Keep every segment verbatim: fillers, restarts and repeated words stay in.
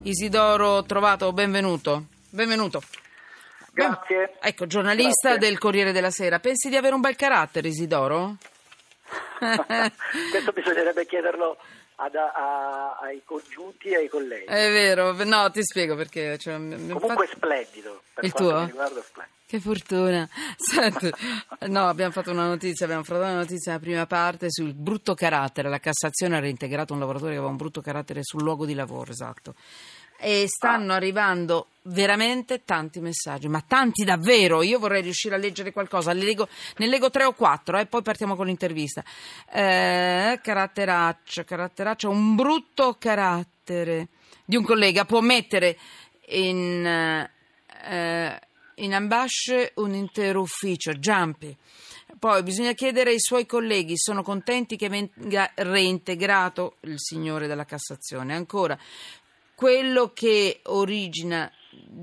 Isidoro Trovato, benvenuto. Benvenuto. Grazie. Ben... Ecco, giornalista Grazie. del Corriere della Sera. Pensi di avere un bel carattere, Isidoro? Questo bisognerebbe chiederlo ad, a, ai congiunti e ai colleghi. È vero, no, ti spiego perché. Cioè, Comunque fatto... è splendido. Per Il quanto tuo? mi riguarda è splendido. Che fortuna. Senti, no, abbiamo fatto una notizia, abbiamo fatto una notizia nella prima parte sul brutto carattere. La Cassazione ha reintegrato un lavoratore che aveva un brutto carattere sul luogo di lavoro, esatto. E stanno ah. arrivando veramente tanti messaggi, ma tanti davvero. Io vorrei riuscire a leggere qualcosa, ne leggo, ne leggo tre o quattro e eh, poi partiamo con l'intervista. Eh, caratteraccio, caratteraccio, un brutto carattere di un collega può mettere in... Eh, in ambasce un intero ufficio, Giampi. Poi bisogna chiedere ai suoi colleghi, sono contenti che venga reintegrato il signore della Cassazione. Ancora, quello che origina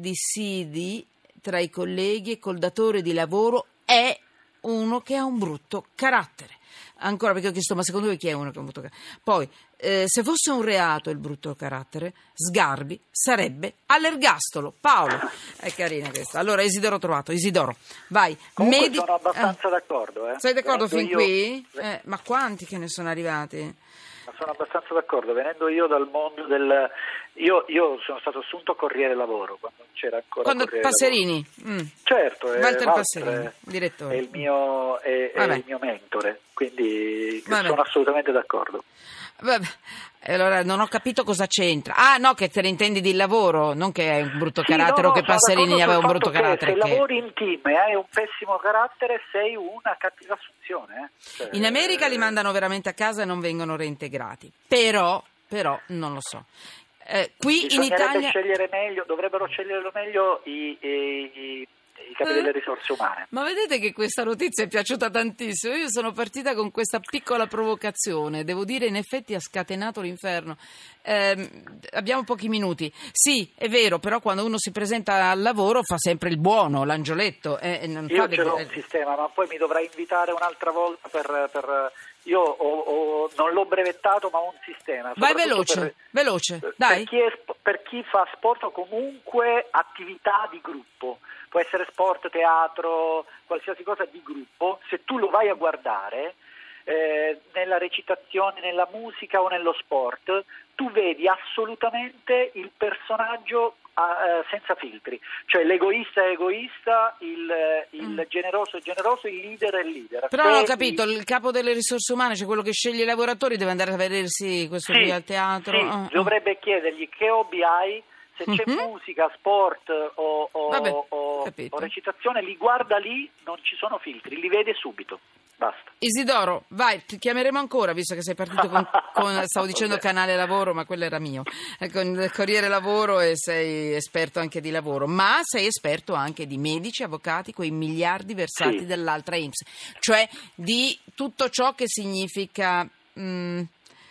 dissidi tra i colleghi e col datore di lavoro è uno che ha un brutto carattere. Ancora, perché ho chiesto, ma secondo voi chi è uno che ha un brutto carattere? Poi, eh, se fosse un reato il brutto carattere, Sgarbi sarebbe all'ergastolo. Paolo, è carina questa. Allora, Isidoro Trovato, Isidoro, vai. Comunque Medi... sono abbastanza eh. d'accordo. Eh. Sei d'accordo Venendo fin io... qui? Eh, ma quanti che ne sono arrivati? Ma sono abbastanza d'accordo. Venendo io dal mondo del... Io, io sono stato assunto a Corriere Lavoro, quando non c'era ancora quando Corriere Passerini. Lavoro. Mm. Certo, Walter, Walter Passerini, direttore. È il mio, è, è il mio mentore, quindi Vabbè. sono assolutamente d'accordo. Vabbè. Allora non ho capito cosa c'entra. Ah no, che te ne intendi di lavoro, non che hai un brutto sì, carattere no, o no, che Passerini aveva un brutto che carattere. Se che... lavori in team e hai un pessimo carattere sei una cattiva assunzione. Eh? Cioè, in America li mandano veramente a casa e non vengono reintegrati. Però, però non lo so. Eh, qui in Italia scegliere meglio, dovrebbero scegliere meglio i, i, i i capi delle risorse umane. Ma vedete che questa notizia è piaciuta tantissimo. Io sono partita con questa piccola provocazione, devo dire, in effetti ha scatenato l'inferno. Eh, abbiamo pochi minuti. Sì, è vero, però quando uno si presenta al lavoro fa sempre il buono, l'angioletto. Eh, non Io fa ce l'ho de... un sistema, ma poi mi dovrai invitare un'altra volta per... per... Io ho, ho, non l'ho brevettato, ma ho un sistema. Vai veloce, per, veloce, dai. Per chi, è, per chi fa sport o comunque attività di gruppo, può essere sport, teatro, qualsiasi cosa di gruppo, se tu lo vai a guardare, eh, nella recitazione, nella musica o nello sport, tu vedi assolutamente il personaggio Uh, senza filtri, cioè l'egoista è egoista, il, il mm. generoso è generoso, il leader è leader. Però non ho Se capito, il... il capo delle risorse umane, cioè quello che sceglie i lavoratori, deve andare a vedersi questo sì, qui al teatro? Sì, oh, dovrebbe oh. chiedergli che hobby hai, se c'è mm-hmm. musica, sport o, o, Vabbè, o, o recitazione, li guarda lì, non ci sono filtri, li vede subito. Basta. Isidoro, vai, ti chiameremo ancora, visto che sei partito con, con stavo dicendo Canale Lavoro, ma quello era mio, con il Corriere Lavoro, e sei esperto anche di lavoro, ma sei esperto anche di medici, avvocati, quei miliardi versati sì. dall'altra I N P S, cioè di tutto ciò che significa mh,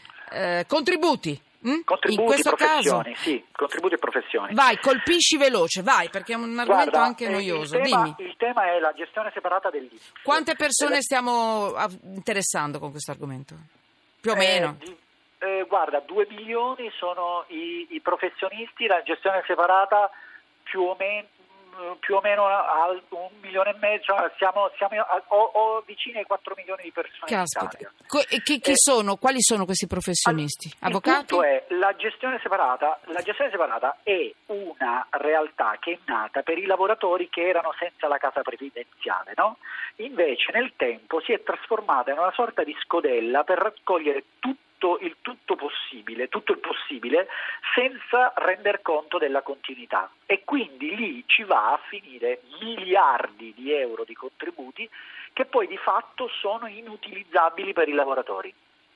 eh, contributi. Mm? Contributi in questo professioni, caso sì, contributi e professioni. Vai, colpisci veloce, vai, perché è un argomento Guarda, anche noioso. Il tema, Dimmi. il tema è la gestione separata dell'I N P S. Quante persone Deve... stiamo interessando con questo argomento? Più o eh, meno? Di, eh, guarda, due milioni sono i, i professionisti, la gestione separata più o meno più o meno a un milione e mezzo, siamo, siamo a, o, o vicini ai quattro milioni di persone. Caspita. In Italia. Co- e chi, chi eh, sono? Quali sono questi professionisti? All, Avvocati? Il punto è la gestione separata. La gestione separata è una realtà che è nata per i lavoratori che erano senza la casa previdenziale, no? Invece nel tempo si è trasformata in una sorta di scodella per raccogliere tutto il tutto possibile, tutto il possibile senza render conto della continuità, e quindi lì ci va a finire miliardi di euro di contributi che poi di fatto sono inutilizzabili per i lavoratori.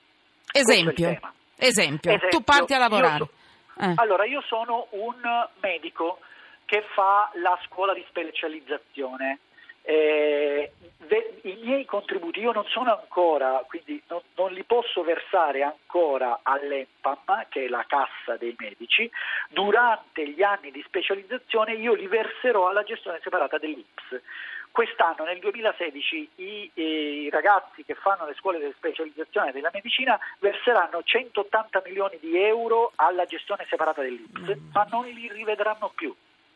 Esempio, esempio, esempio, tu parti a lavorare. Io so, eh. Allora, io sono un medico che fa la scuola di specializzazione Eh, I miei contributi io non sono ancora, quindi non, non li posso versare ancora all'ENPAM, che è la cassa dei medici. Durante gli anni di specializzazione io li verserò alla gestione separata dell'I N P S. Quest'anno, nel duemilasedici, i, i ragazzi che fanno le scuole di specializzazione della medicina verseranno centottanta milioni di euro alla gestione separata dell'I N P S, ma non li rivedranno più.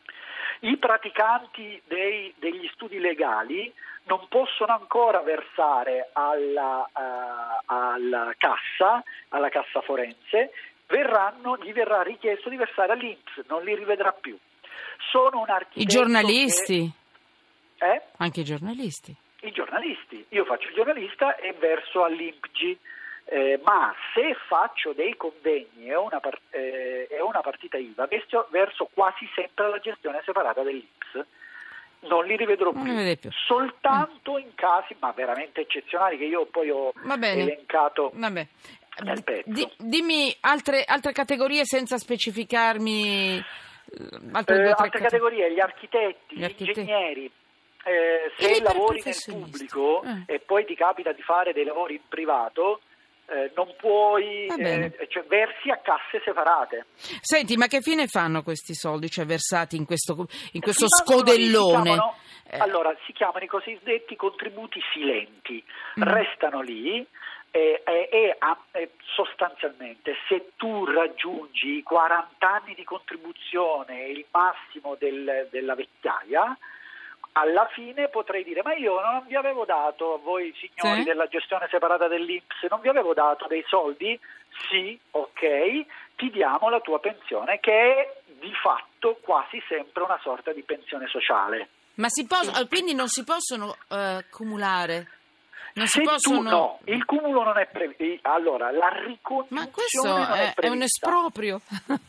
I praticanti dei, degli studi legali non possono ancora versare alla, uh, alla cassa, alla cassa forense, verranno, gli verrà richiesto di versare all'I N P S, non li rivedrà più. Sono un architetto. I giornalisti? Che, eh? Anche i giornalisti? I giornalisti. Io faccio il giornalista e verso all'I N P G. Eh, ma se faccio dei convegni e una, part- eh, e una partita I V A, verso, verso quasi sempre la gestione separata dell'I N P S. Non li rivedrò più, ne più. soltanto mm. in casi ma veramente eccezionali che io poi ho elencato Vabbè. nel pezzo. D- dimmi altre, altre categorie senza specificarmi. Altre, eh, due, altre categorie, gli architetti, gli, gli architetti. ingegneri. Eh, se lavori nel pubblico eh. e poi ti capita di fare dei lavori in privato, eh, non puoi, eh, cioè versi a casse separate. Senti, ma che fine fanno questi soldi, cioè versati in questo, in questo si scodellone? Si chiamano, eh. Allora, si chiamano i cosiddetti contributi silenti, mm. restano lì. E, e, e, e sostanzialmente se tu raggiungi i quaranta anni di contribuzione, il massimo del, della vecchiaia, alla fine potrei dire: ma io non vi avevo dato, a voi signori sì? della gestione separata dell'I N P S, non vi avevo dato dei soldi? Sì, ok, ti diamo la tua pensione, che è di fatto quasi sempre una sorta di pensione sociale. Ma si può, quindi non si possono uh, cumulare? Non Se si possono... tu no, il cumulo non è previsto. Allora, la ricongiunzione Ma questo non è, è, è un esproprio.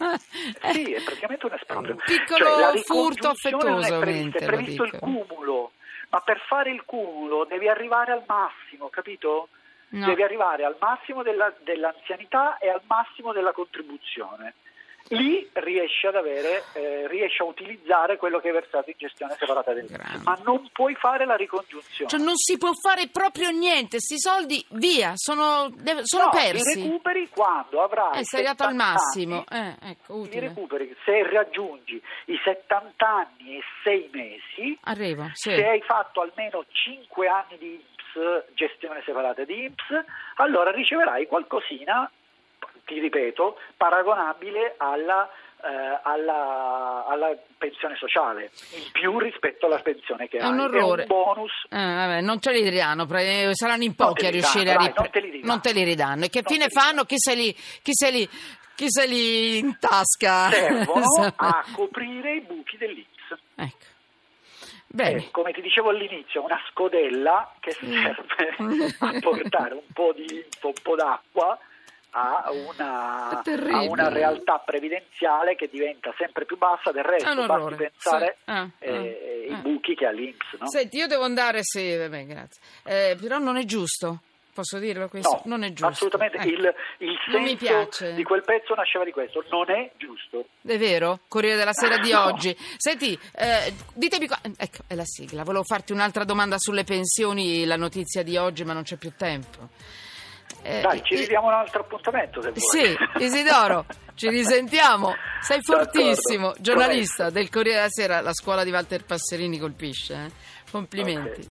Sì, è praticamente un esproprio. Un piccolo cioè, la furto affettuoso. Non è prevista, è previsto il cumulo, ma per fare il cumulo devi arrivare al massimo, capito? No. Devi arrivare al massimo della, dell'anzianità e al massimo della contribuzione. Lì riesci ad avere, eh, riesci a utilizzare quello che hai versato in gestione separata del Grande. Ma non puoi fare la ricongiunzione. Cioè non si può fare proprio niente, sti soldi via, sono, sono no, persi. Li recuperi quando avrai. Eh, sei arrivato al massimo. Eh, ecco, utile. Li recuperi se raggiungi i settanta anni e sei mesi. Arrivo, sì. Se hai fatto almeno cinque anni di I N P S, gestione separata di I N P S, allora riceverai qualcosina, ti ripeto, paragonabile alla, eh, alla, alla pensione sociale, in più rispetto alla pensione che è hai. Un orrore. È un bonus. Eh, vabbè, non te li diranno, saranno in pochi a riuscire a riprendere. Non te li ridanno. Non te li ridanno. E che non fine fanno? Chi se li, chi se li, chi se li intasca? Servono a coprire i buchi dell'I N P S. Ecco. Bene. Eh, come ti dicevo all'inizio, una scodella che serve a portare un po' di linfa, un po' d'acqua a una, a una realtà previdenziale che diventa sempre più bassa. Del resto basti pensare sì. ah, eh, ah, i ah. buchi che ha l'I N P S, no? Senti, io devo andare, sì, vabbè, grazie. Eh, però non è giusto. Posso dirlo questo? No, non è giusto. Assolutamente, ecco. il, il non mi senso piace. di quel pezzo nasceva di questo, non è giusto. È vero? Corriere della Sera di no. oggi. Senti, eh, ditemi qua... Ecco, è la sigla. Volevo farti un'altra domanda sulle pensioni, la notizia di oggi, ma non c'è più tempo. Eh, Dai, ci ridiamo eh, un altro appuntamento se vuoi. Sì, Isidoro, ci risentiamo. Sei fortissimo, D'accordo. giornalista del Corriere della Sera, la scuola di Walter Passerini colpisce. Eh? Complimenti. Okay.